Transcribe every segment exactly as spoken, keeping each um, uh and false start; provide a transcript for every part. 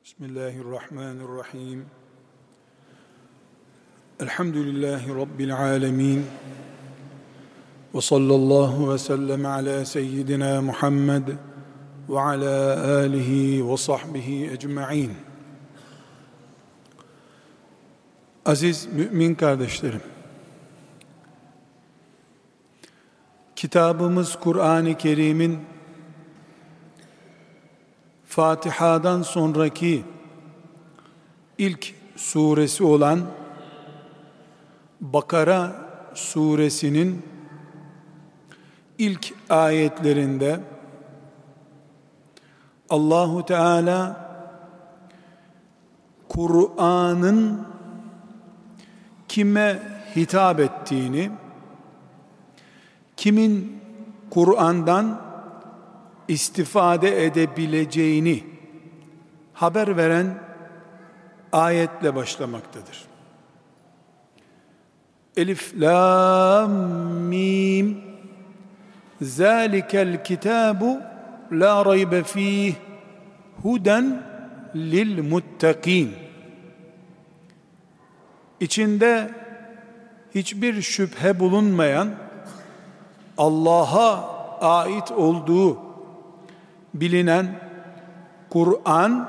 Bismillahirrahmanirrahim. Elhamdülillahi Rabbil alemin. Ve sallallahu ve sellem ala seyyidina Muhammed ve ala alihi ve sahbihi ecma'in. Aziz mümin kardeşlerim, kitabımız Kur'an-ı Kerim'in Fatiha'dan sonraki ilk suresi olan Bakara suresinin ilk ayetlerinde Allahu Teala Kur'an'ın kime hitap ettiğini, kimin Kur'an'dan istifade edebileceğini haber veren ayetle başlamaktadır. Elif, Lam, Mim. Zalikel kitabu la raybe fih huden lil muttaqin. İçinde hiçbir şüphe bulunmayan, Allah'a ait olduğu bilinen Kur'an,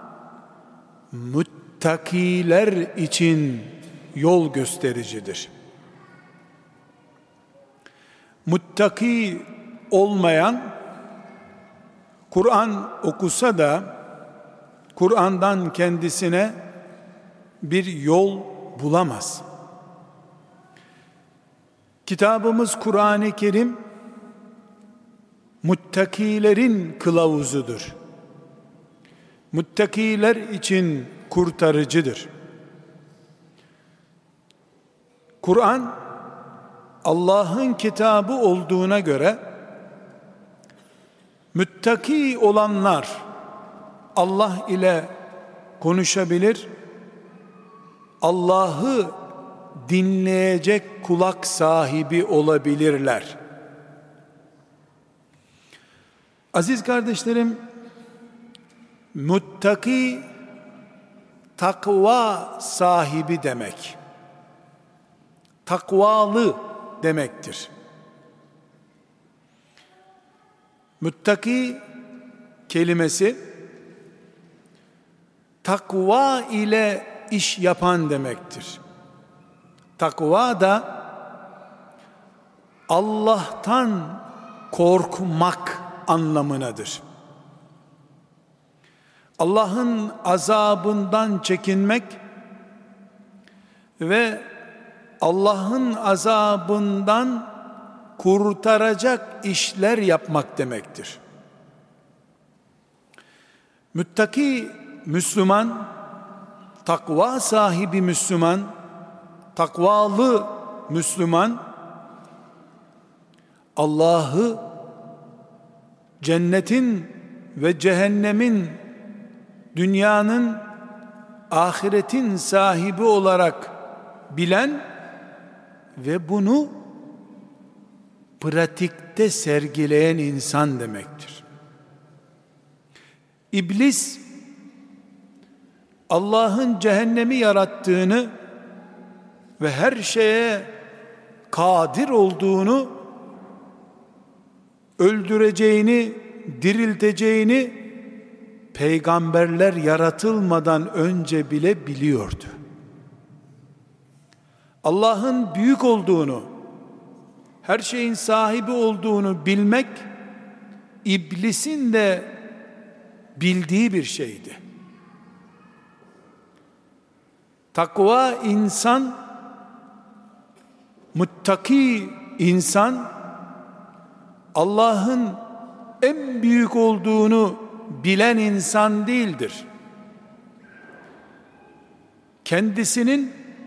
muttakiler için yol göstericidir. Muttaki olmayan, Kur'an okusa da Kur'an'dan kendisine bir yol bulamaz. Kitabımız Kur'an-ı Kerim muttakilerin kılavuzudur. Muttakiler için kurtarıcıdır. Kur'an Allah'ın kitabı olduğuna göre muttaki olanlar Allah ile konuşabilir, Allah'ı dinleyecek kulak sahibi olabilirler. Aziz kardeşlerim, muttaki takva sahibi demek. Takvalı demektir. Muttaki kelimesi takva ile iş yapan demektir. Takva da Allah'tan korkmak anlamınadır. Allah'ın azabından çekinmek ve Allah'ın azabından kurtaracak işler yapmak demektir. Muttaki Müslüman, takva sahibi Müslüman, takvalı Müslüman, Allah'ı cennetin ve cehennemin, dünyanın, ahiretin sahibi olarak bilen ve bunu pratikte sergileyen insan demektir. İblis, Allah'ın cehennemi yarattığını ve her şeye kadir olduğunu, öldüreceğini, dirilteceğini peygamberler yaratılmadan önce bile biliyordu. Allah'ın büyük olduğunu, her şeyin sahibi olduğunu bilmek, iblisin de bildiği bir şeydi. Takva insan, muttaki insan, Allah'ın en büyük olduğunu bilen insan değildir. Kendisinin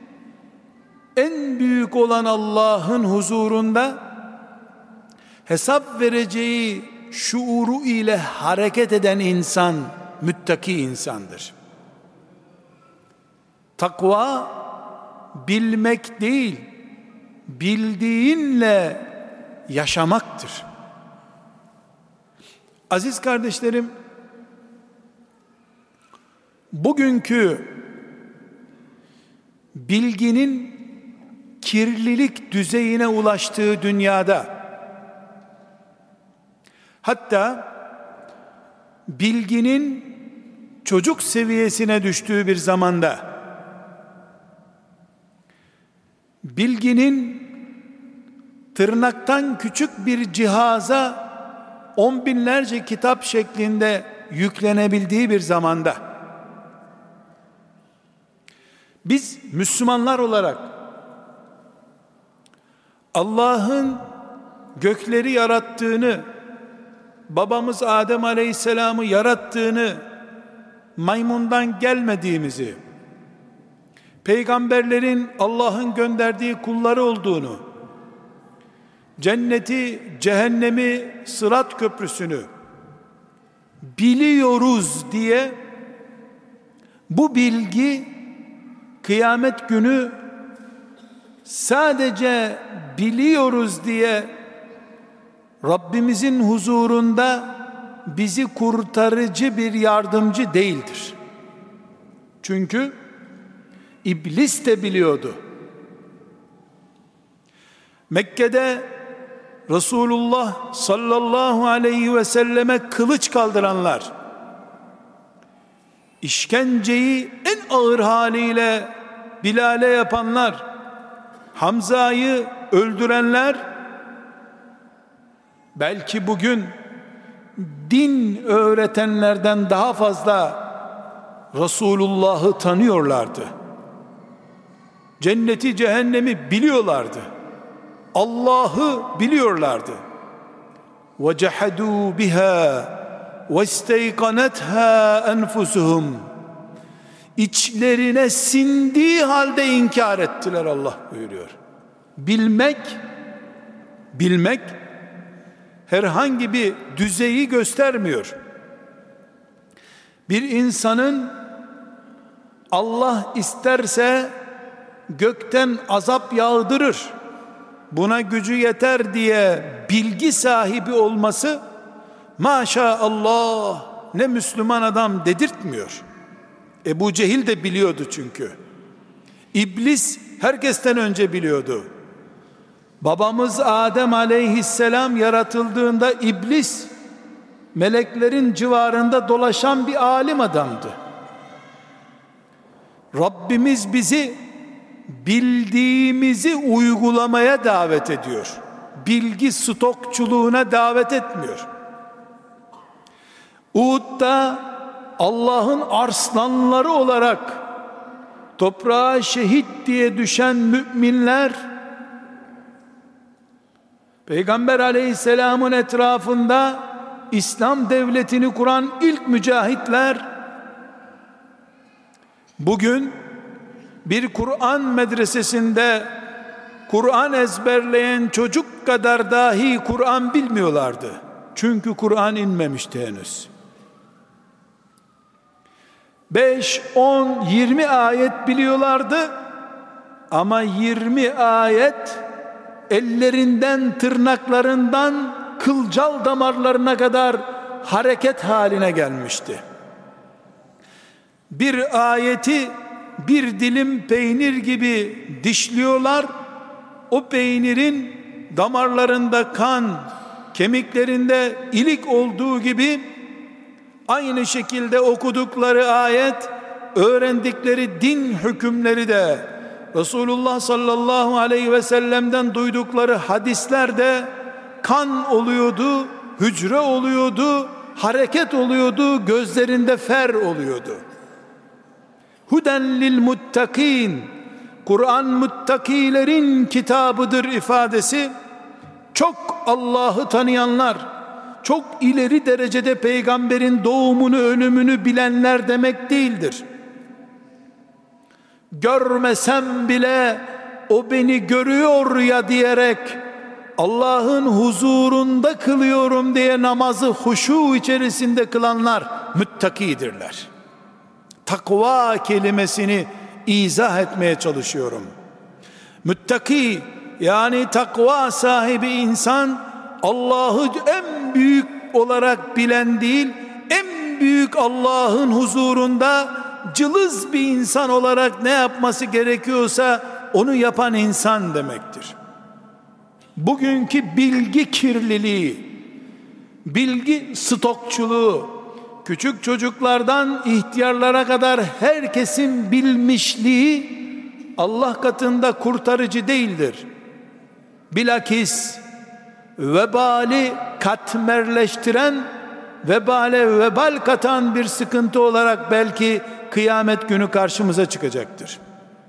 en büyük olan Allah'ın huzurunda hesap vereceği şuuru ile hareket eden insan müttaki insandır. Takva bilmek değil, bildiğinle yaşamaktır. Aziz kardeşlerim, bugünkü bilginin kirlilik düzeyine ulaştığı dünyada, hatta bilginin çocuk seviyesine düştüğü bir zamanda, bilginin tırnaktan küçük bir cihaza on binlerce kitap şeklinde yüklenebildiği bir zamanda, biz Müslümanlar olarak Allah'ın gökleri yarattığını, babamız Adem Aleyhisselam'ı yarattığını, maymundan gelmediğimizi, peygamberlerin Allah'ın gönderdiği kulları olduğunu, cenneti, cehennemi, Sırat köprüsünü biliyoruz diye, bu bilgi kıyamet günü sadece biliyoruz diye Rabbimizin huzurunda bizi kurtarıcı bir yardımcı değildir. Çünkü İblis de biliyordu. Mekke'de Resulullah sallallahu aleyhi ve selleme kılıç kaldıranlar, işkenceyi en ağır haliyle Bilal'e yapanlar, Hamza'yı öldürenler, belki bugün din öğretenlerden daha fazla Resulullah'ı tanıyorlardı. Cenneti, cehennemi biliyorlardı. Allah'ı biliyorlardı. وَجَحَدُوا بِهَا وَاسْتَيْقَنَتْهَا أَنْفُسُهُمْ. İçlerine sindiği halde inkar ettiler, Allah buyuruyor. Bilmek, bilmek herhangi bir düzeyi göstermiyor. Bir insanın Allah isterse gökten azap yağdırır, buna gücü yeter diye bilgi sahibi olması, maşallah ne Müslüman adam dedirtmiyor. Ebu Cehil de biliyordu çünkü. İblis herkesten önce biliyordu. Babamız Adem aleyhisselam yaratıldığında iblis meleklerin civarında dolaşan bir alim adamdı. Rabbimiz bizi bildiğimizi uygulamaya davet ediyor. Bilgi stokçuluğuna davet etmiyor. Uhud'da Allah'ın arslanları olarak toprağa şehit diye düşen müminler, Peygamber aleyhisselamın etrafında İslam devletini kuran ilk mücahitler, bugün bir Kur'an medresesinde Kur'an ezberleyen çocuk kadar dahi Kur'an bilmiyorlardı. Çünkü Kur'an inmemişti henüz. beş, on, yirmi ayet biliyorlardı ama yirmi ayet ellerinden, tırnaklarından kılcal damarlarına kadar hareket haline gelmişti. Bir ayeti bir dilim peynir gibi dişliyorlar, o peynirin damarlarında kan, kemiklerinde ilik olduğu gibi, aynı şekilde okudukları ayet, öğrendikleri din hükümleri de, Resulullah sallallahu aleyhi ve sellem'den duydukları hadisler de kan oluyordu, hücre oluyordu, hareket oluyordu, gözlerinde fer oluyordu. Huden lil muttakin, Kur'an muttakilerin kitabıdır ifadesi, çok Allah'ı tanıyanlar, çok ileri derecede peygamberin doğumunu, ölümünü bilenler demek değildir. Görmesem bile o beni görüyor ya diyerek Allah'ın huzurunda kılıyorum diye namazı huşu içerisinde kılanlar müttakidirler. Takva kelimesini izah etmeye çalışıyorum. Müttaki, yani takva sahibi insan, Allah'ı en büyük olarak bilen değil, en büyük Allah'ın huzurunda cılız bir insan olarak ne yapması gerekiyorsa onu yapan insan demektir. Bugünkü bilgi kirliliği, bilgi stokçuluğu, küçük çocuklardan ihtiyarlara kadar herkesin bilmişliği Allah katında kurtarıcı değildir. Bilakis vebali katmerleştiren, vebale vebal katan bir sıkıntı olarak belki kıyamet günü karşımıza çıkacaktır.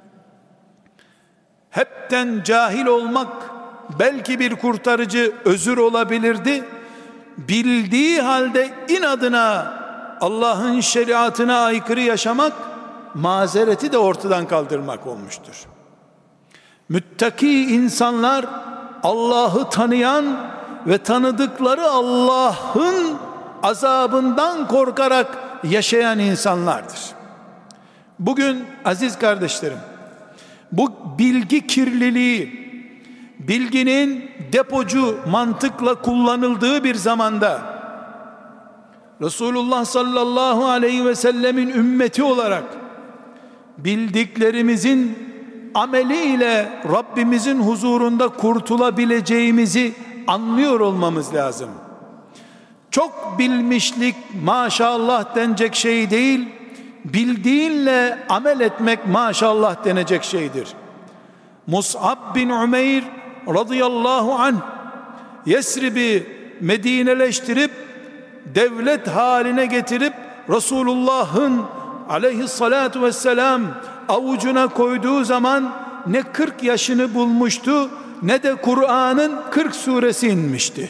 Hepten cahil olmak belki bir kurtarıcı özür olabilirdi. Bildiği halde inadına Allah'ın şeriatına aykırı yaşamak, mazereti de ortadan kaldırmak olmuştur. Müttaki insanlar, Allah'ı tanıyan ve tanıdıkları Allah'ın azabından korkarak yaşayan insanlardır. Bugün aziz kardeşlerim, bu bilgi kirliliği, bilginin depocu mantıkla kullanıldığı bir zamanda Resulullah sallallahu aleyhi ve sellemin ümmeti olarak bildiklerimizin ameliyle Rabbimizin huzurunda kurtulabileceğimizi anlıyor olmamız lazım. Çok bilmişlik maşallah denecek şey değil, bildiğinle amel etmek maşallah denecek şeydir. Mus'ab bin Umeyr radıyallahu anh Yesrib'i Medineleştirip devlet haline getirip Resulullah'ın aleyhissalatu vesselam avucuna koyduğu zaman ne kırk yaşını bulmuştu ne de Kur'an'ın kırk suresi inmişti.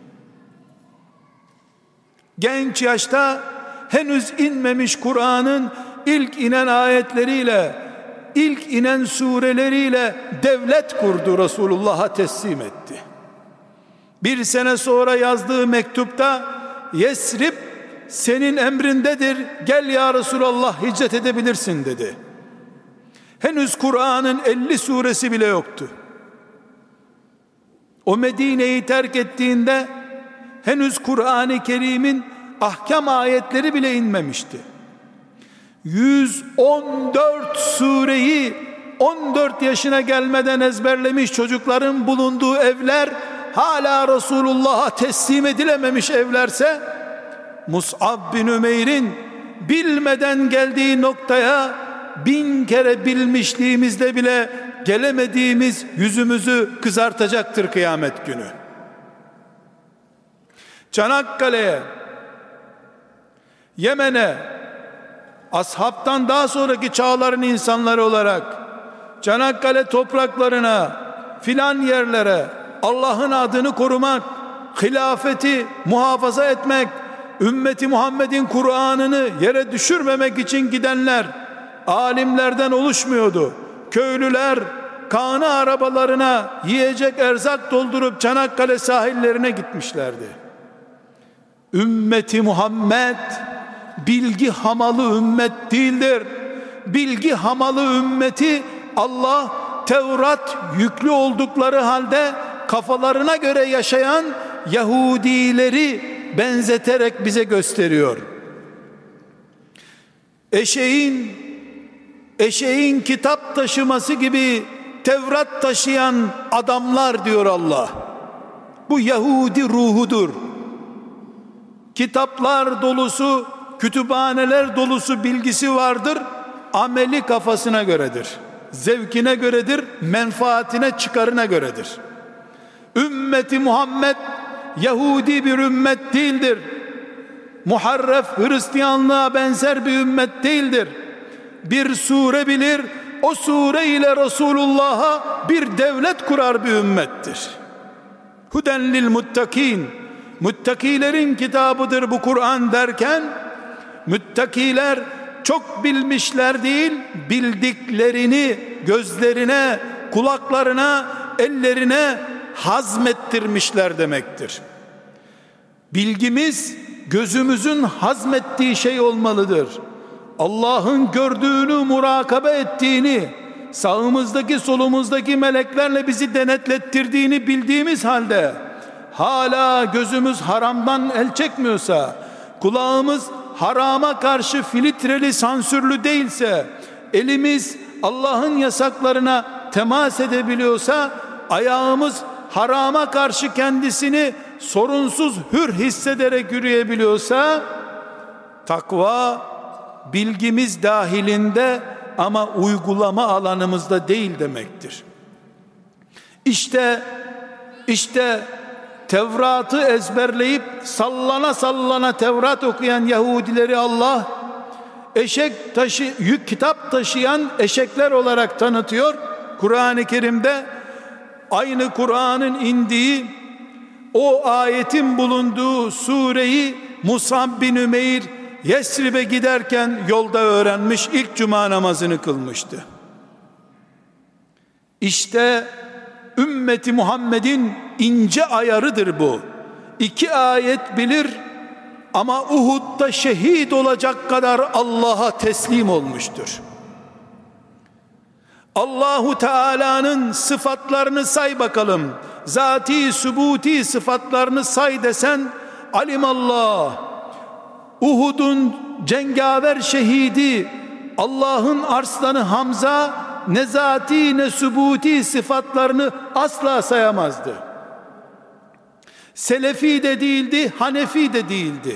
Genç yaşta henüz inmemiş Kur'an'ın ilk inen ayetleriyle, ilk inen sureleriyle devlet kurdu, Resulullah'a teslim etti. Bir sene sonra yazdığı mektupta Yesrib senin emrindedir, gel ya Resulallah hicret edebilirsin dedi. Henüz Kur'an'ın elli suresi bile yoktu. O Medine'yi terk ettiğinde henüz Kur'an-ı Kerim'in ahkam ayetleri bile inmemişti. yüz on dört sureyi on dört yaşına gelmeden ezberlemiş çocukların bulunduğu evler hala Resulullah'a teslim edilememiş evlerse, Mus'ab bin Ümeyr'in bilmeden geldiği noktaya bin kere bilmişliğimizde bile gelemediğimiz yüzümüzü kızartacaktır kıyamet günü. Çanakkale'ye, Yemen'e, ashabtan daha sonraki çağların insanları olarak Çanakkale topraklarına, filan yerlere Allah'ın adını korumak, hilafeti muhafaza etmek, ümmeti Muhammed'in Kur'an'ını yere düşürmemek için gidenler alimlerden oluşmuyordu. Köylüler Kanı arabalarına yiyecek erzak doldurup Çanakkale sahillerine gitmişlerdi. Ümmeti Muhammed bilgi hamalı ümmet değildir. Bilgi hamalı ümmeti Allah Tevrat yüklü oldukları halde kafalarına göre yaşayan Yahudileri benzeterek bize gösteriyor. Eşeğin eşeğin kitap taşıması gibi Tevrat taşıyan adamlar diyor Allah. Bu Yahudi ruhudur. Kitaplar dolusu, kütüphaneler dolusu bilgisi vardır. Ameli kafasına göredir. Zevkine göredir, menfaatine, çıkarına göredir. Ümmeti Muhammed Yahudi bir ümmet değildir. Muharref Hristiyanlığa benzer bir ümmet değildir. Bir sure bilir, o sure ile Resulullah'a bir devlet kurar bir ümmettir. Huden lil muttakin, muttakilerin kitabıdır bu Kur'an derken, muttakiler çok bilmişler değil, bildiklerini gözlerine, kulaklarına, ellerine hazmettirmişler demektir. Bilgimiz gözümüzün hazmettiği şey olmalıdır. Allah'ın gördüğünü, murakabe ettiğini, sağımızdaki solumuzdaki meleklerle bizi denetlettirdiğini bildiğimiz halde hala gözümüz haramdan el çekmiyorsa, kulağımız harama karşı filtreli, sansürlü değilse, elimiz Allah'ın yasaklarına temas edebiliyorsa, ayağımız harama karşı kendisini sorunsuz, hür hissederek yürüyebiliyorsa, takva bilgimiz dahilinde ama uygulama alanımızda değil demektir. İşte işte Tevrat'ı ezberleyip sallana sallana Tevrat okuyan Yahudileri Allah eşek taşı, yük kitap taşıyan eşekler olarak tanıtıyor. Kur'an-ı Kerim'de aynı Kur'an'ın indiği o ayetin bulunduğu sureyi Musab bin Ümeyr Yesrib'e giderken yolda öğrenmiş, ilk cuma namazını kılmıştı. İşte ümmeti Muhammed'in ince ayarıdır bu. İki ayet bilir ama Uhud'da şehit olacak kadar Allah'a teslim olmuştur. Allahu Teala'nın sıfatlarını say bakalım. Zati, sübuti sıfatlarını say desen, alimallah, Uhud'un cengaver şehidi Allah'ın arslanı Hamza ne zati ne sübuti sıfatlarını asla sayamazdı. Selefi de değildi, Hanefi de değildi.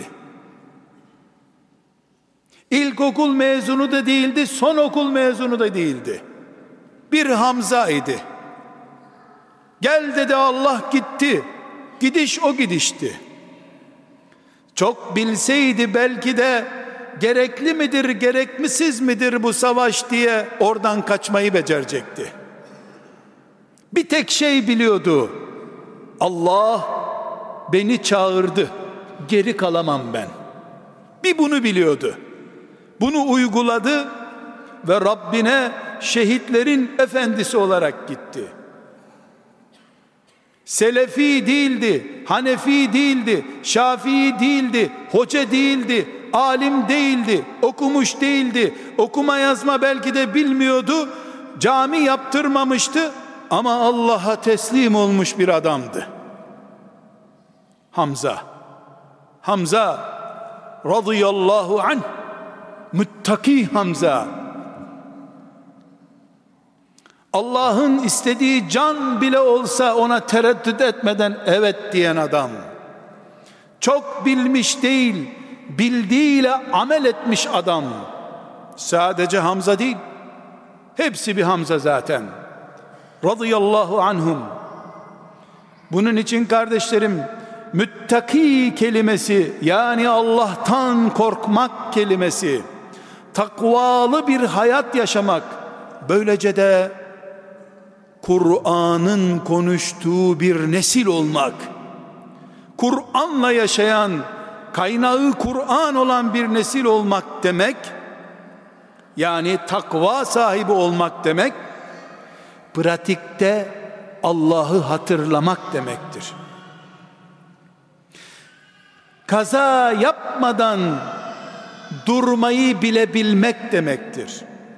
İlkokul mezunu da değildi, son okul mezunu da değildi. Bir Hamza idi. Gel dedi Allah, gitti. Gidiş o gidişti. Çok bilseydi belki de gerekli midir, gereksiz midir bu savaş diye oradan kaçmayı becerecekti. Bir tek şey biliyordu. Allah beni çağırdı. Geri kalamam ben. Bir bunu biliyordu. Bunu uyguladı ve Rabbine şehitlerin efendisi olarak gitti. Selefi değildi, Hanefi değildi, Şafii değildi, hoca değildi, alim değildi, okumuş değildi, okuma yazma belki de bilmiyordu, cami yaptırmamıştı ama Allah'a teslim olmuş bir adamdı. Hamza. Hamza radıyallahu anh, müttaki Hamza. Allah'ın istediği can bile olsa ona tereddüt etmeden evet diyen adam. Çok bilmiş değil, bildiğiyle amel etmiş adam. Sadece Hamza değil, hepsi bir Hamza zaten. Radıyallahu anhum. Bunun için kardeşlerim, müttaki kelimesi, yani Allah'tan korkmak kelimesi, takvalı bir hayat yaşamak, böylece de Kur'an'ın konuştuğu bir nesil olmak, Kur'an'la yaşayan, kaynağı Kur'an olan bir nesil olmak demek, yani takva sahibi olmak demek, pratikte Allah'ı hatırlamak demektir. Kaza yapmadan durmayı bilebilmek demektir.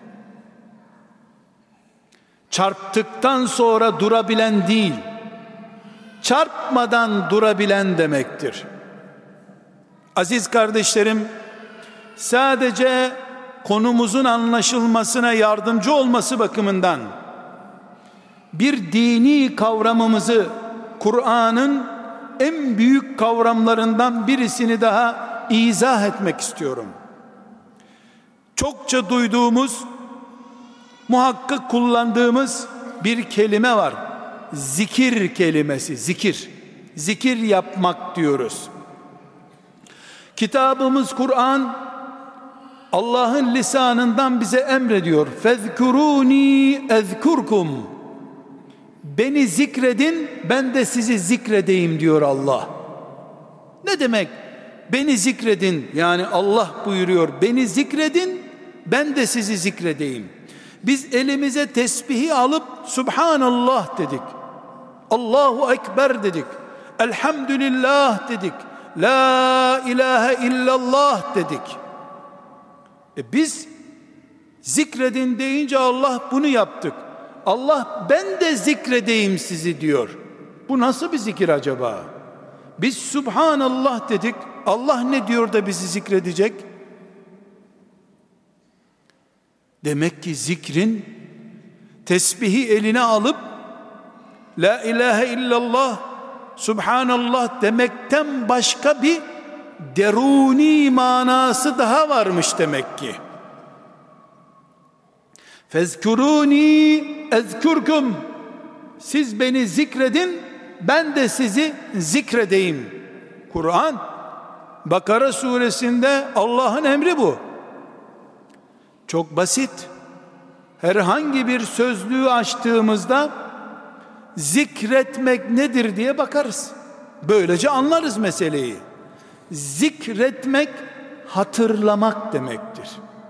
Çarptıktan sonra durabilen değil, çarpmadan durabilen demektir. Aziz kardeşlerim, sadece konumuzun anlaşılmasına yardımcı olması bakımından bir dini kavramımızı, Kur'an'ın en büyük kavramlarından birisini daha izah etmek istiyorum. Çokça duyduğumuz, muhakkak kullandığımız bir kelime var. Zikir kelimesi, zikir. Zikir yapmak diyoruz. Kitabımız Kur'an Allah'ın lisanından bize emrediyor. Fezkuruni ezkurkum. Beni zikredin, ben de sizi zikredeyim diyor Allah. Ne demek? Beni zikredin, yani Allah buyuruyor, beni zikredin, ben de sizi zikredeyim. Biz elimize tesbihi alıp Subhanallah dedik, Allahu Ekber dedik, Elhamdülillah dedik, La ilahe illallah dedik. E biz zikredin deyince Allah bunu yaptık. Allah ben de zikredeyim sizi diyor. Bu nasıl bir zikir acaba? Biz Subhanallah dedik, Allah ne diyor da bizi zikredecek? Demek ki zikrin, tesbihi eline alıp la ilahe illallah, subhanallah demekten başka bir deruni manası daha varmış demek ki. Fezkuruni ezkurkum, siz beni zikredin, ben de sizi zikredeyim. Kur'an, Bakara suresinde Allah'ın emri bu. Çok basit. Herhangi bir sözlüğü açtığımızda zikretmek nedir diye bakarız. Böylece anlarız meseleyi. Zikretmek hatırlamak demektir.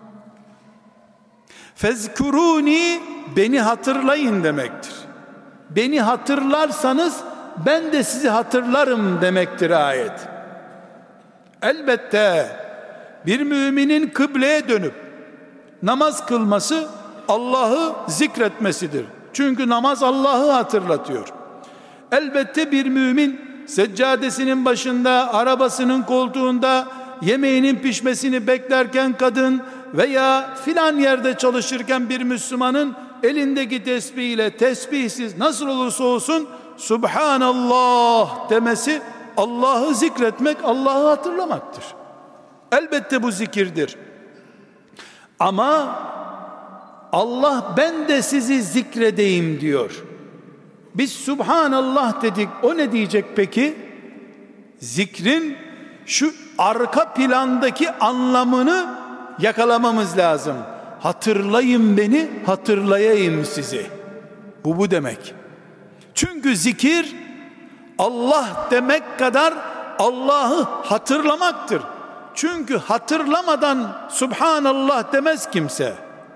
Fezkuruni, beni hatırlayın demektir. Beni hatırlarsanız ben de sizi hatırlarım demektir ayet. Elbette bir müminin kıbleye dönüp namaz kılması Allah'ı zikretmesidir. Çünkü namaz Allah'ı hatırlatıyor. Elbette bir mümin seccadesinin başında, arabasının koltuğunda, yemeğinin pişmesini beklerken kadın veya filan yerde çalışırken bir Müslümanın elindeki tesbihiyle, tesbihsiz nasıl olursa olsun Subhanallah demesi Allah'ı zikretmek, Allah'ı hatırlamaktır. Elbette bu zikirdir. Ama Allah ben de sizi zikredeyim diyor. Biz Subhanallah dedik, o ne diyecek peki? Zikrin şu arka plandaki anlamını yakalamamız lazım. Hatırlayın beni, hatırlayayım sizi. Bu bu demek. Çünkü zikir Allah demek kadar Allah'ı hatırlamaktır. Çünkü hatırlamadan Subhanallah demez kimse.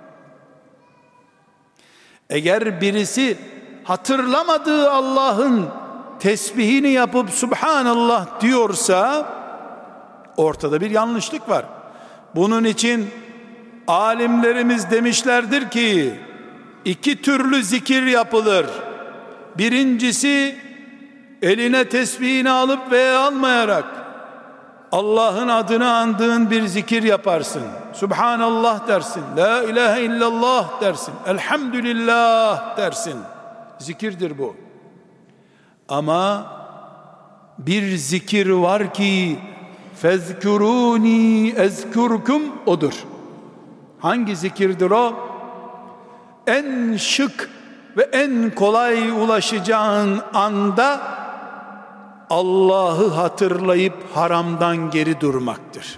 Eğer birisi hatırlamadığı Allah'ın tesbihini yapıp Subhanallah diyorsa ortada bir yanlışlık var. Bunun için alimlerimiz demişlerdir ki iki türlü zikir yapılır. Birincisi, eline tesbihini alıp veya almayarak Allah'ın adını andığın bir zikir yaparsın. Subhanallah dersin, la ilahe illallah dersin, elhamdülillah dersin. Zikirdir bu. Ama bir zikir var ki fezkuruni ezkurkum, odur. Hangi zikirdir o? En şık ve en kolay ulaşacağın anda Allah'ı hatırlayıp haramdan geri durmaktır.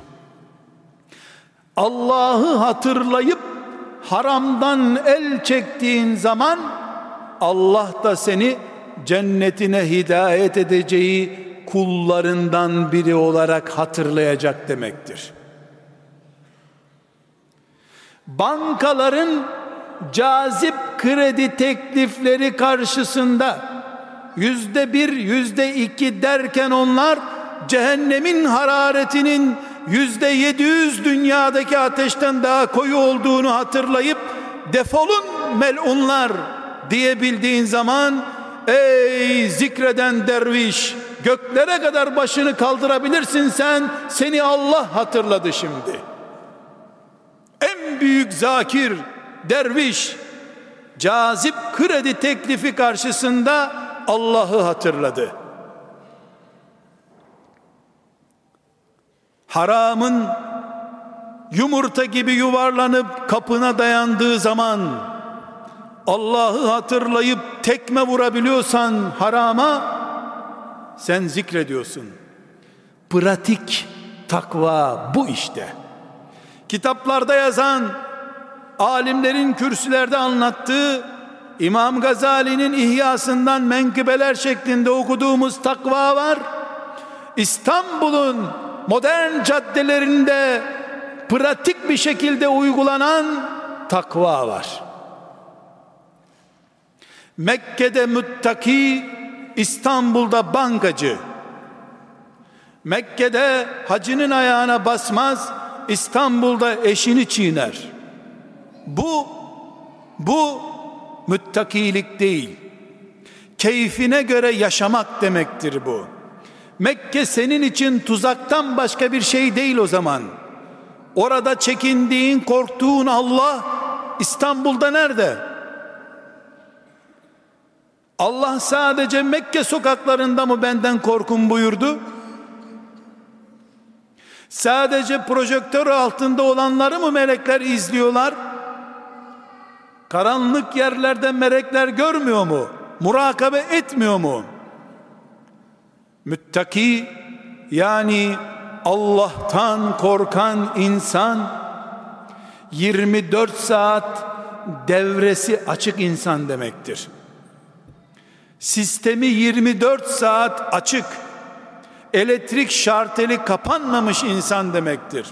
Allah'ı hatırlayıp haramdan el çektiğin zaman Allah da seni cennetine hidayet edeceği kullarından biri olarak hatırlayacak demektir. Bankaların cazip kredi teklifleri karşısında yüzde bir, yüzde iki derken onlar cehennemin hararetinin yüzde yedi yüz dünyadaki ateşten daha koyu olduğunu hatırlayıp defolun melunlar diyebildiğin zaman, ey zikreden derviş, göklere kadar başını kaldırabilirsin sen, seni Allah hatırladı şimdi. En büyük zakir derviş cazip kredi teklifi karşısında Allah'ı hatırladı. Haramın yumurta gibi yuvarlanıp kapına dayandığı zaman Allah'ı hatırlayıp tekme vurabiliyorsan harama, sen zikrediyorsun. Pratik takva bu işte. Kitaplarda yazan, alimlerin kürsülerde anlattığı, İmam Gazali'nin İhyasından menkıbeler şeklinde okuduğumuz takva var. İstanbul'un modern caddelerinde pratik bir şekilde uygulanan takva var. Mekke'de müttaki, İstanbul'da bankacı. Mekke'de hacının ayağına basmaz, İstanbul'da eşini çiğner. Bu bu müttakilik değil. Keyfine göre yaşamak demektir bu. Mekke senin için tuzaktan başka bir şey değil o zaman. Orada çekindiğin, korktuğun Allah İstanbul'da nerede? Allah sadece Mekke sokaklarında mı benden korkun buyurdu? Sadece projektör altında olanları mı melekler izliyorlar? Karanlık yerlerde melekler görmüyor mu? Murakabe etmiyor mu? Müttaki, yani Allah'tan korkan insan yirmi dört saat devresi açık insan demektir. Sistemi yirmi dört saat açık, elektrik şarteli kapanmamış insan demektir.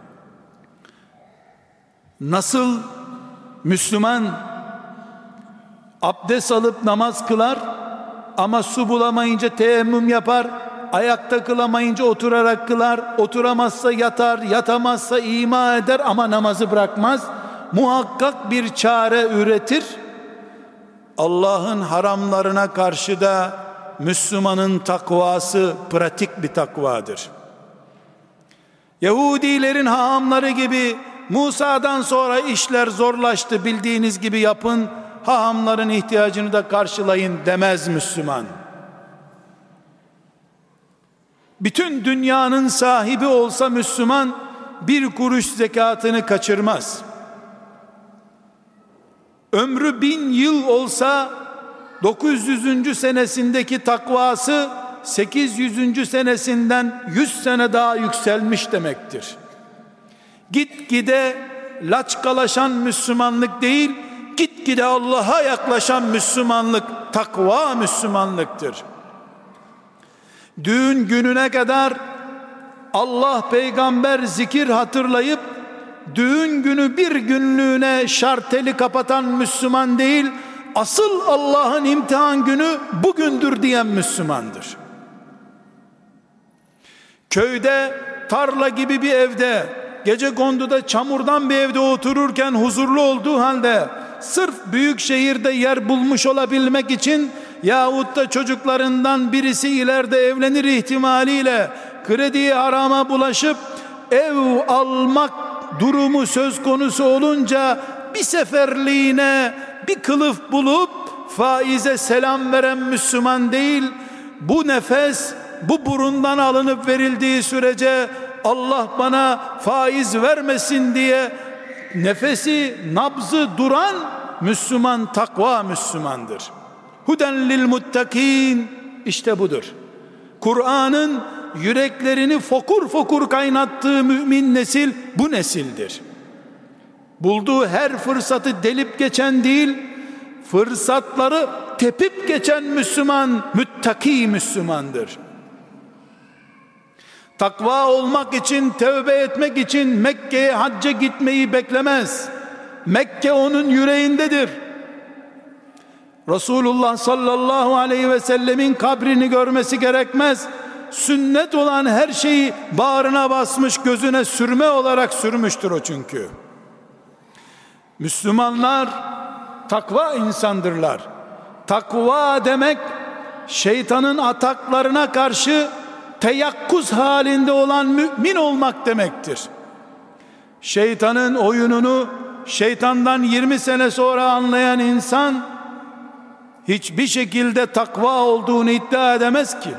Nasıl Müslüman abdest alıp namaz kılar ama su bulamayınca teyemmüm yapar, ayakta kılamayınca oturarak kılar, oturamazsa yatar, yatamazsa ima eder ama namazı bırakmaz, muhakkak bir çare üretir. Allah'ın haramlarına karşı da Müslümanın takvası pratik bir takvadır. Yahudilerin hahamları gibi Musa'dan sonra işler zorlaştı, bildiğiniz gibi yapın, hahamların ihtiyacını da karşılayın demez Müslüman. Bütün dünyanın sahibi olsa Müslüman bir kuruş zekatını kaçırmaz. Ömrü bin yıl olsa dokuz yüzüncü senesindeki takvası sekiz yüzüncü senesinden yüz sene daha yükselmiş demektir. Gitgide laçkalaşan Müslümanlık değil, gitgide Allah'a yaklaşan Müslümanlık takva Müslümanlıktır. Düğün gününe kadar Allah peygamber zikir hatırlayıp düğün günü bir günlüğüne şarteli kapatan Müslüman değil, asıl Allah'ın imtihan günü bugündür diyen Müslümandır. Köyde, tarla gibi bir evde, gecekonduda çamurdan bir evde otururken huzurlu olduğu halde sırf büyük şehirde yer bulmuş olabilmek için yahut da çocuklarından birisi ileride evlenir ihtimaliyle krediye harama bulaşıp ev almak durumu söz konusu olunca bir seferliğine bir kılıf bulup faize selam veren Müslüman değil, bu nefes bu burundan alınıp verildiği sürece Allah bana faiz vermesin diye nefesi, nabzı duran Müslüman takva Müslümandır. Huden lil muttakin, işte budur. Kur'an'ın yüreklerini fokur fokur kaynattığı mümin nesil bu nesildir. Bulduğu her fırsatı delip geçen değil, fırsatları tepip geçen Müslüman müttaki Müslümandır. Takva olmak için, tövbe etmek için Mekke'ye hacca gitmeyi beklemez. Mekke onun yüreğindedir. Resulullah sallallahu aleyhi ve sellemin kabrini görmesi gerekmez. Sünnet olan her şeyi bağrına basmış, gözüne sürme olarak sürmüştür o çünkü. Müslümanlar takva insandırlar. Takva demek şeytanın ataklarına karşı teyakkuz halinde olan mümin olmak demektir. Şeytanın oyununu şeytandan yirmi sene sonra anlayan insan hiçbir şekilde takva olduğunu iddia edemez ki.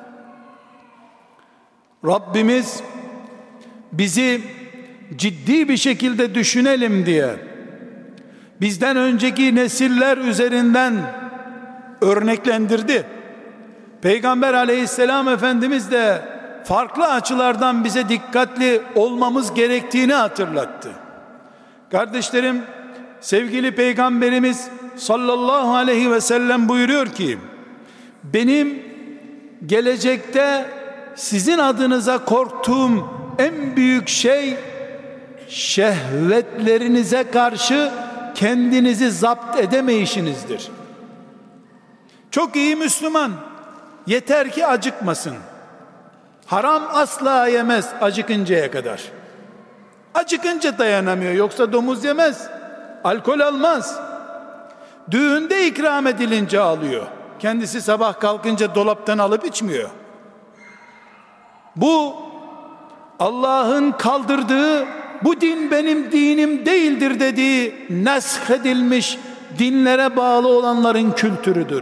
Rabbimiz bizi ciddi bir şekilde düşünelim diye bizden önceki nesiller üzerinden örneklendirdi. Peygamber aleyhisselam Efendimiz de farklı açılardan bize dikkatli olmamız gerektiğini hatırlattı. Kardeşlerim, sevgili Peygamberimiz sallallahu aleyhi ve sellem buyuruyor ki, benim gelecekte sizin adınıza korktuğum en büyük şey şehvetlerinize karşı kendinizi zapt edemeyişinizdir. Çok iyi Müslüman, yeter ki acıkmasın. Haram asla yemez acıkıncaya kadar. Acıkınca dayanamıyor, yoksa domuz yemez, alkol almaz. Düğünde ikram edilince alıyor. Kendisi sabah kalkınca dolaptan alıp içmiyor. Bu Allah'ın kaldırdığı bu din benim dinim değildir dediği nesh edilmiş dinlere bağlı olanların kültürüdür.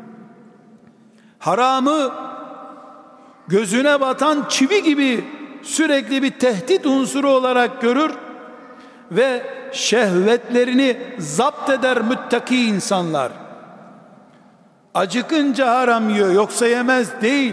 Haramı gözüne batan çivi gibi sürekli bir tehdit unsuru olarak görür ve şehvetlerini zapt eder müttaki insanlar. Acıkınca haram yiyor, yoksa yemez değil.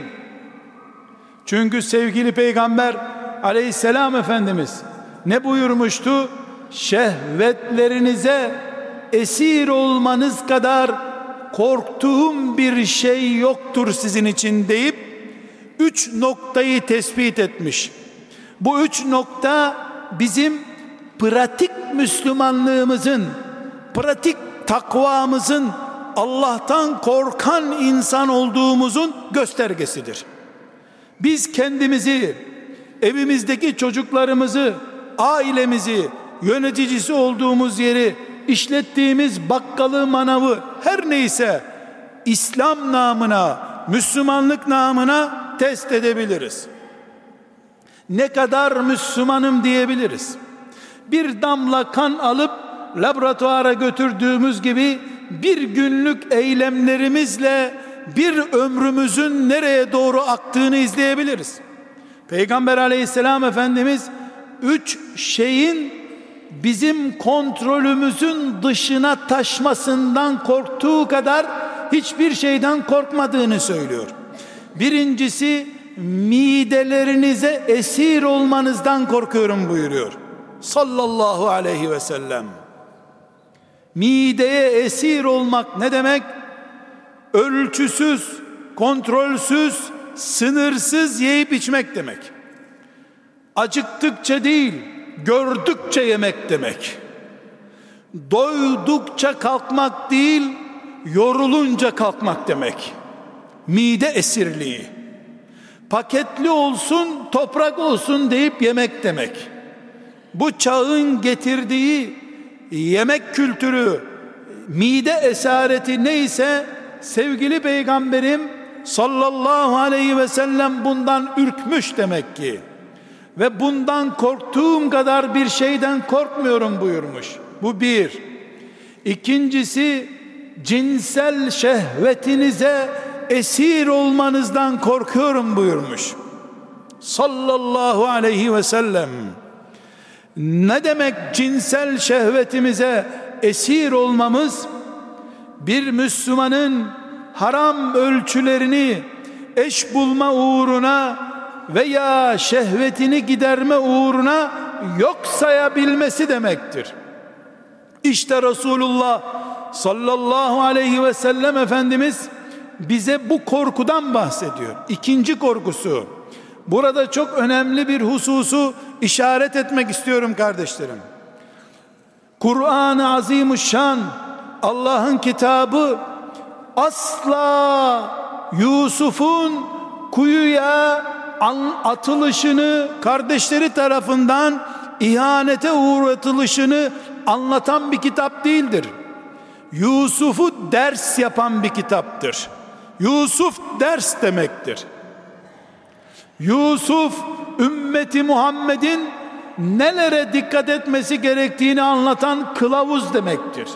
Çünkü sevgili Peygamber Aleyhisselam Efendimiz ne buyurmuştu? Şehvetlerinize esir olmanız kadar korktuğum bir şey yoktur sizin için deyip üç noktayı tespit etmiş. Bu üç nokta bizim pratik Müslümanlığımızın, pratik takvamızın, Allah'tan korkan insan olduğumuzun göstergesidir. Biz kendimizi, evimizdeki çocuklarımızı, ailemizi, yöneticisi olduğumuz yeri, işlettiğimiz bakkalı, manavı, her neyse İslam namına, Müslümanlık namına test edebiliriz. Ne kadar Müslümanım diyebiliriz. Bir damla kan alıp laboratuvara götürdüğümüz gibi bir günlük eylemlerimizle bir ömrümüzün nereye doğru aktığını izleyebiliriz. Peygamber Aleyhisselam Efendimiz üç şeyin bizim kontrolümüzün dışına taşmasından korktuğu kadar hiçbir şeyden korkmadığını söylüyor. Birincisi, midelerinize esir olmanızdan korkuyorum buyuruyor sallallahu aleyhi ve sellem. Mideye esir olmak ne demek? Ölçüsüz, kontrolsüz, sınırsız yiyip içmek demek. Acıktıkça değil, gördükçe yemek demek. Doydukça kalkmak değil, yorulunca kalkmak demek. Mide esirliği. Paketli olsun, toprak olsun deyip yemek demek. Bu çağın getirdiği yemek kültürü, mide esareti neyse, sevgili Peygamberim sallallahu aleyhi ve sellem bundan ürkmüş demek ki. Ve bundan korktuğum kadar bir şeyden korkmuyorum buyurmuş. Bu bir. İkincisi, cinsel şehvetinize esir olmanızdan korkuyorum buyurmuş sallallahu aleyhi ve sellem. Ne demek cinsel şehvetimize esir olmamız? Bir Müslümanın haram ölçülerini eş bulma uğruna veya şehvetini giderme uğruna yok sayabilmesi demektir. İşte Resulullah sallallahu aleyhi ve sellem Efendimiz bize bu korkudan bahsediyor. İkinci korkusu. Burada çok önemli bir hususu işaret etmek istiyorum kardeşlerim. Kur'an-ı Azimuşşan, Allah'ın kitabı asla Yusuf'un kuyuya atılışını, kardeşleri tarafından ihanete uğratılışını anlatan bir kitap değildir. Yusuf'u ders yapan bir kitaptır. Yusuf ders demektir. Yusuf ümmeti Muhammed'in nelere dikkat etmesi gerektiğini anlatan kılavuz demektir.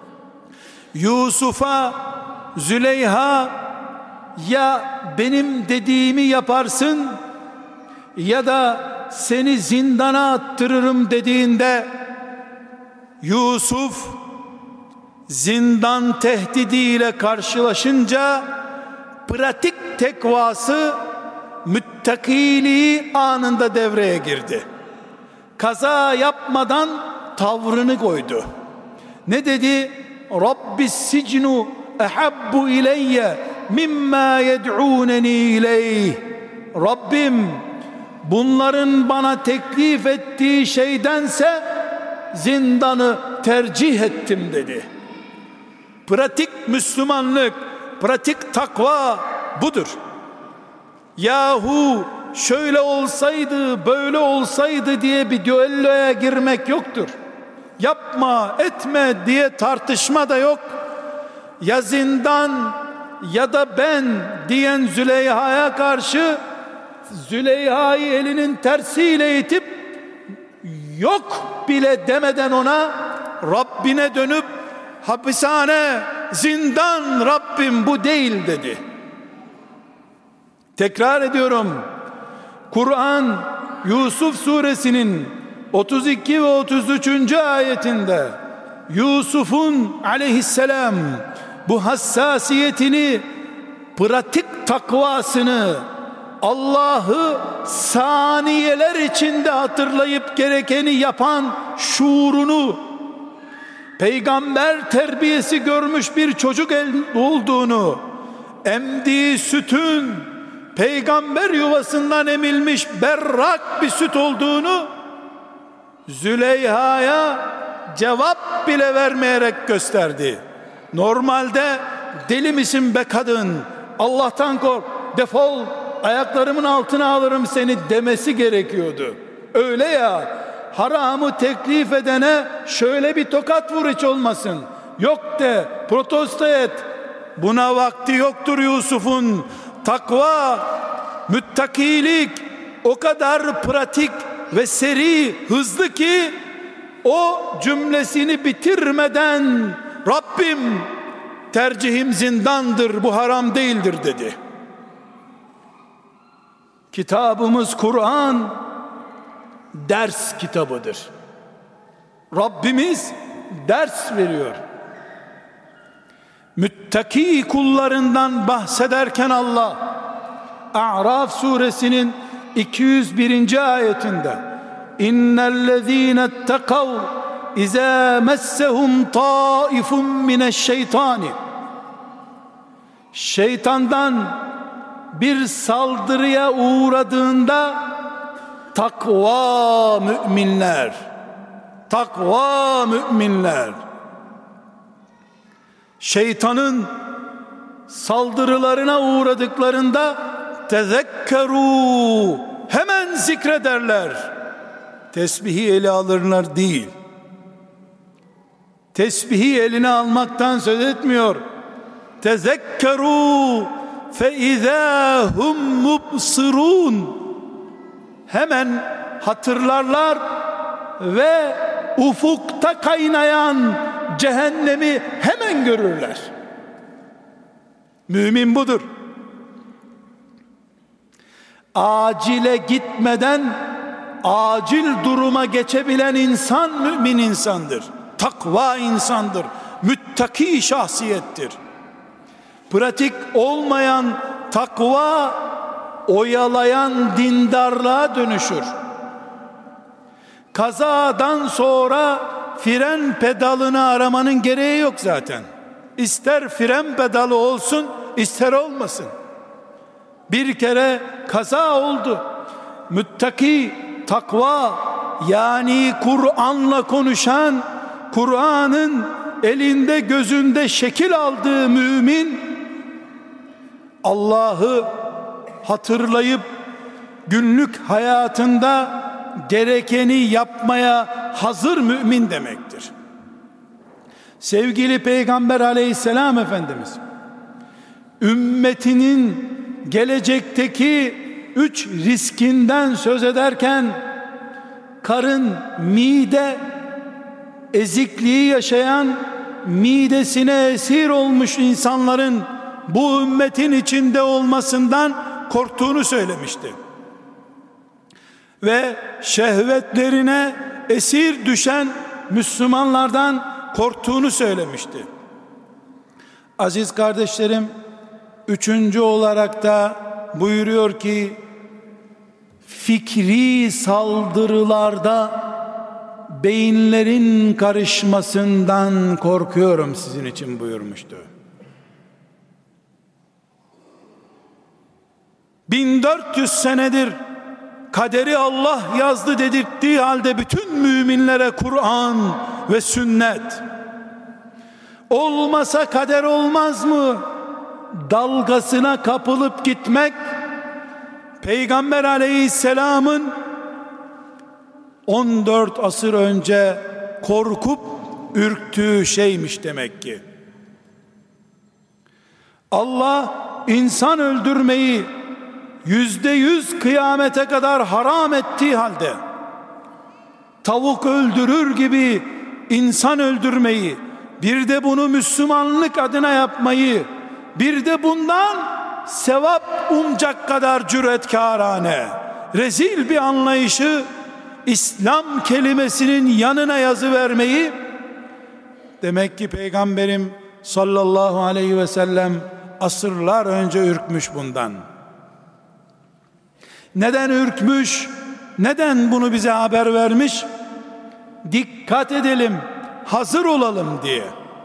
Yusuf'a Züleyha ya benim dediğimi yaparsın ya da seni zindana attırırım dediğinde Yusuf zindan tehdidiyle karşılaşınca pratik tekvası, müttakiliği anında devreye girdi. Kaza yapmadan tavrını koydu. Ne dedi? Rabbis sicnu ehabbu ileyye mimma yed'uneni ileyh. Rabbim, bunların bana teklif ettiği şeydense zindanı tercih ettim dedi. Pratik Müslümanlık, pratik takva budur. Yahu şöyle olsaydı, böyle olsaydı diye bir düelloya girmek yoktur. Yapma, etme diye tartışma da yok. Ya zindan ya da ben diyen Züleyha'ya karşı Züleyha'yı elinin tersiyle itip yok bile demeden ona Rabbine dönüp hapishane, zindan Rabbim bu değil dedi. Tekrar ediyorum, Kur'an Yusuf suresinin otuz iki ve otuz üçüncü ayetinde Yusuf'un aleyhisselam bu hassasiyetini, pratik takvasını, Allah'ı saniyeler içinde hatırlayıp gerekeni yapan şuurunu, peygamber terbiyesi görmüş bir çocuk olduğunu, emdiği sütün peygamber yuvasından emilmiş berrak bir süt olduğunu Züleyha'ya cevap bile vermeyerek gösterdi. Normalde deli misin be kadın, Allah'tan kork, defol, ayaklarımın altına alırım seni demesi gerekiyordu. Öyle ya, haramı teklif edene şöyle bir tokat vur hiç olmasın, yok de, protesto et. Buna vakti yoktur Yusuf'un. Takva, müttakilik o kadar pratik ve seri, hızlı ki o cümlesini bitirmeden Rabbim tercihim zindandır, bu haram değildir dedi. Kitabımız Kur'an ders kitabıdır. Rabbimiz ders veriyor. Müttaki kullarından bahsederken Allah A'raf suresinin iki yüz birinci ayetinde İnnellezîne ittekav izâ messehum taifun mineşşeytani, şeytandan bir saldırıya uğradığında takva müminler, takva müminler, şeytanın saldırılarına uğradıklarında tezekkeru, hemen zikrederler. Tesbihi ele alırlar değil. Tesbihi eline almaktan söz etmiyor. Tezekkeru fe izâ hum mubsirûn, hemen hatırlarlar ve ufukta kaynayan cehennemi hemen görürler. Mümin budur. Acile gitmeden acil duruma geçebilen insan mümin insandır. Takva insandır. Müttaki şahsiyettir. Pratik olmayan takva oyalayan dindarlığa dönüşür. Kazadan sonra fren pedalını aramanın gereği yok zaten. İster fren pedalı olsun, ister olmasın. Bir kere kaza oldu. Müttaki, takva, yani Kur'an'la konuşan, Kur'an'ın elinde gözünde şekil aldığı mümin, Allah'ı hatırlayıp günlük hayatında gerekeni yapmaya hazır mümin demektir. Sevgili Peygamber Aleyhisselam Efendimiz ümmetinin gelecekteki üç riskinden söz ederken karın, mide ezikliği yaşayan, midesine esir olmuş insanların bu ümmetin içinde olmasından korktuğunu söylemişti. Ve şehvetlerine esir düşen Müslümanlardan korktuğunu söylemişti. Aziz kardeşlerim, üçüncü olarak da buyuruyor ki fikri saldırılarda beyinlerin karışmasından korkuyorum sizin için buyurmuştu. bin dört yüz senedir kaderi Allah yazdı dedirttiği halde bütün müminlere Kur'an ve sünnet, olmasa kader olmaz mı dalgasına kapılıp gitmek, Peygamber Aleyhisselam'ın on dört asır önce korkup ürktüğü şeymiş demek ki. Allah insan öldürmeyi yüzde yüz kıyamete kadar haram ettiği halde tavuk öldürür gibi insan öldürmeyi, bir de bunu Müslümanlık adına yapmayı, bir de bundan sevap umacak kadar cüretkârane, rezil bir anlayışı İslam kelimesinin yanına yazı vermeyi, demek ki Peygamberim sallallahu aleyhi ve sellem asırlar önce ürkmüş bundan. Neden ürkmüş? Neden bunu bize haber vermiş? Dikkat edelim, hazır olalım diye.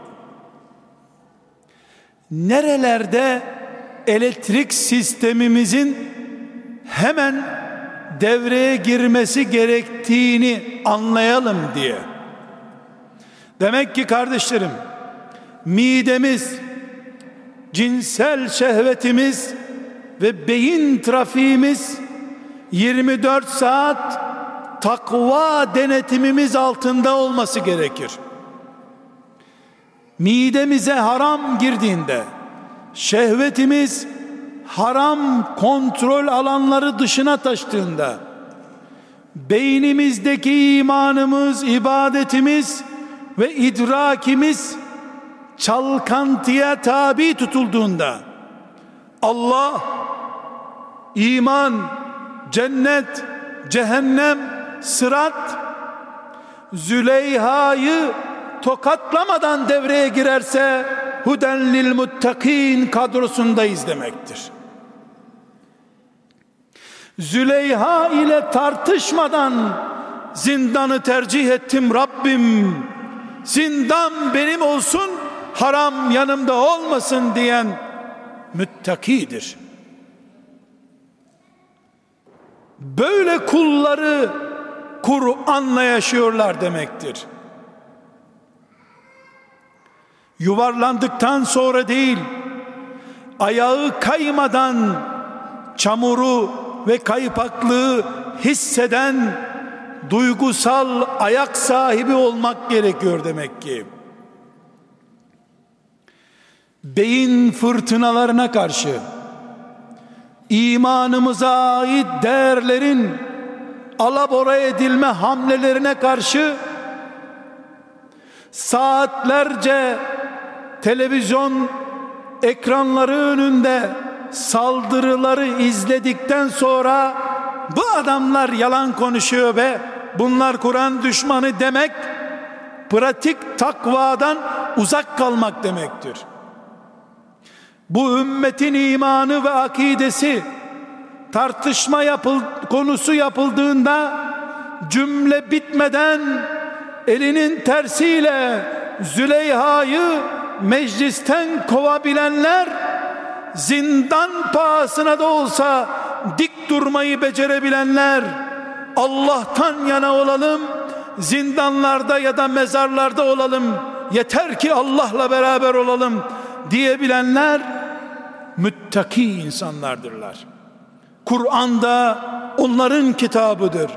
Nerelerde elektrik sistemimizin hemen devreye girmesi gerektiğini anlayalım diye. Demek ki kardeşlerim, midemiz, cinsel şehvetimiz ve beyin trafiğimiz yirmi dört saat takva denetimimiz altında olması gerekir. Midemize haram girdiğinde, şehvetimiz haram kontrol alanları dışına taştığında, beynimizdeki imanımız, ibadetimiz ve idrakimiz çalkantıya tabi tutulduğunda, Allah, iman, cennet, cehennem, sırat, Züleyha'yı tokatlamadan devreye girerse huden lil muttakin kadrosundayız demektir. Züleyha ile tartışmadan zindanı tercih ettim Rabbim, zindan benim olsun, haram yanımda olmasın diyen müttakidir. Böyle kulları Kur'an'la yaşıyorlar demektir. Yuvarlandıktan sonra değil, ayağı kaymadan çamuru ve kaypaklığı hisseden duygusal ayak sahibi olmak gerekiyor demek ki. Beyin fırtınalarına karşı, imanımıza ait değerlerin alabora edilme hamlelerine karşı saatlerce televizyon ekranları önünde saldırıları izledikten sonra bu adamlar yalan konuşuyor be, bunlar Kur'an düşmanı demek, pratik takvadan uzak kalmak demektir. Bu ümmetin imanı ve akidesi tartışma yapıl, konusu yapıldığında cümle bitmeden elinin tersiyle Züleyha'yı meclisten kovabilenler, zindan pahasına da olsa dik durmayı becerebilenler, Allah'tan yana olalım, zindanlarda ya da mezarlarda olalım, yeter ki Allah'la beraber olalım diyebilenler müttaki insanlardırlar. Kur'an'da onların kitabıdır.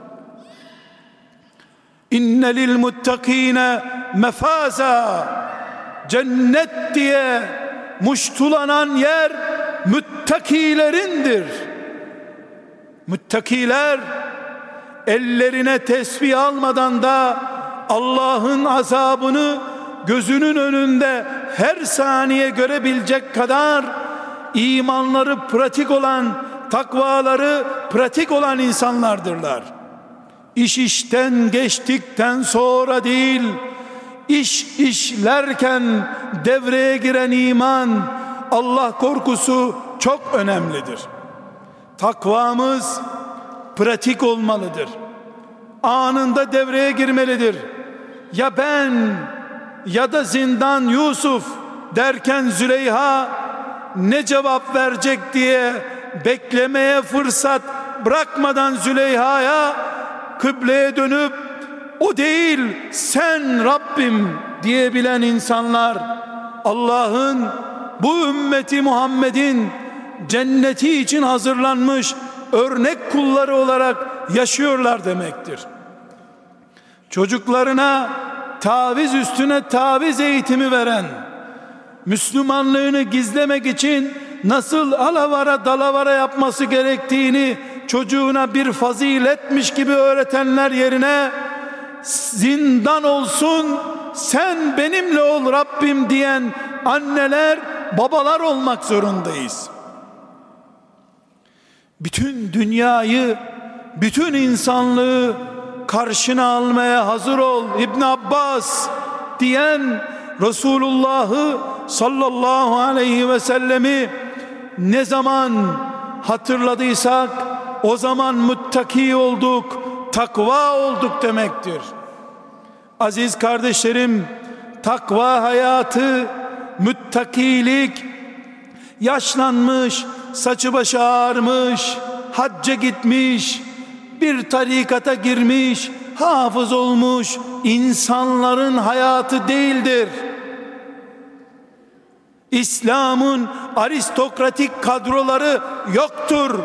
İnne lil muttakine mefaza, cennet diye muştulanan yer müttakilerindir. Müttakiler ellerine tesbih almadan da Allah'ın azabını gözünün önünde her saniye görebilecek kadar imanları pratik olan, takvaları pratik olan insanlardırlar. İş işten geçtikten sonra değil, iş işlerken devreye giren iman, Allah korkusu çok önemlidir. Takvamız pratik olmalıdır. Anında devreye girmelidir. Ya ben ya da zindan Yusuf derken Züleyha ne cevap verecek diye beklemeye fırsat bırakmadan Züleyha'ya kıbleye dönüp o değil sen Rabbim diyebilen insanlar Allah'ın bu ümmeti Muhammed'in cenneti için hazırlanmış örnek kulları olarak yaşıyorlar demektir. Çocuklarına taviz üstüne taviz eğitimi veren, Müslümanlığını gizlemek için nasıl alavara dalavara yapması gerektiğini çocuğuna bir faziletmiş gibi öğretenler yerine zindan olsun, sen benimle ol Rabbim diyen anneler, babalar olmak zorundayız. Bütün dünyayı, bütün insanlığı karşına almaya hazır ol İbn Abbas diyen Resulullah'ı sallallahu aleyhi ve sellemi ne zaman hatırladıysak o zaman muttaki olduk, takva olduk demektir. Aziz kardeşlerim, takva hayatı, muttakilik, yaşlanmış, saçı başı ağarmış, hacca gitmiş, bir tarikata girmiş, hafız olmuş insanların hayatı değildir. İslam'ın aristokratik kadroları yoktur.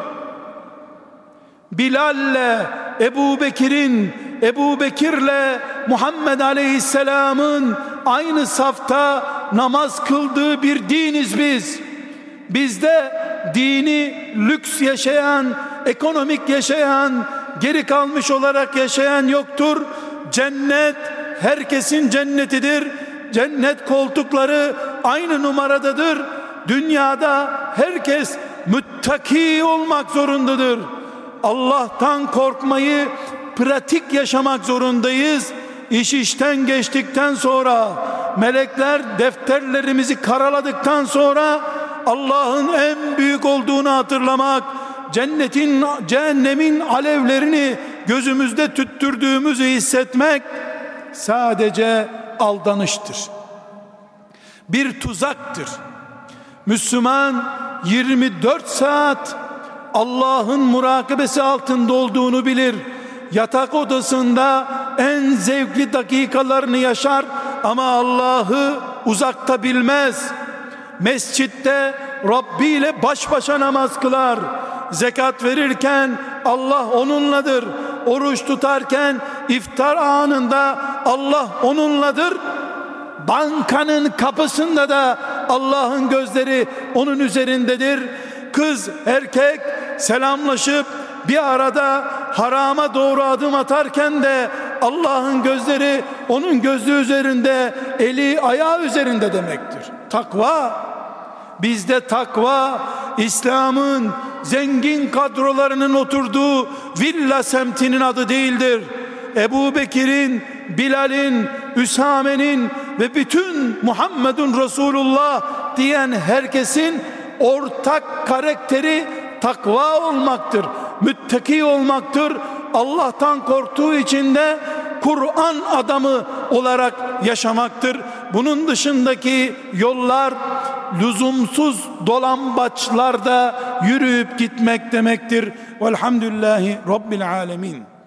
Bilal'le Ebu Bekir'in, Ebu Bekir'le Muhammed Aleyhisselam'ın aynı safta namaz kıldığı bir diniz biz. Bizde dini lüks yaşayan, ekonomik yaşayan, geri kalmış olarak yaşayan yoktur. Cennet herkesin cennetidir. Cennet koltukları aynı numaradadır. Dünyada herkes müttaki olmak zorundadır. Allah'tan korkmayı pratik yaşamak zorundayız. İş işten geçtikten sonra, melekler defterlerimizi karaladıktan sonra Allah'ın en büyük olduğunu hatırlamak, cennetin, cehennemin alevlerini gözümüzde tüttürdüğümüzü hissetmek sadece aldanıştır. Bir tuzaktır. Müslüman yirmi dört saat Allah'ın murakabesi altında olduğunu bilir. Yatak odasında en zevkli dakikalarını yaşar ama Allah'ı uzakta bilmez. Mescitte Rabbi ile baş başa namaz kılar. Zekat verirken Allah onunladır. Oruç tutarken iftar anında Allah onunladır. Bankanın kapısında da Allah'ın gözleri onun üzerindedir. Kız erkek selamlaşıp bir arada harama doğru adım atarken de Allah'ın gözleri onun gözü üzerinde, eli ayağı üzerinde demektir. Takva, bizde takva İslam'ın zengin kadrolarının oturduğu villa semtinin adı değildir. Ebu Bekir'in, Bilal'in, Üsame'nin ve bütün Muhammedun Resulullah diyen herkesin ortak karakteri takva olmaktır, müttaki olmaktır. Allah'tan korktuğu için de Kur'an adamı olarak yaşamaktır. Bunun dışındaki yollar lüzumsuz dolambaçlarda yürüyüp gitmek demektir. Velhamdülillahi Rabbil alemin.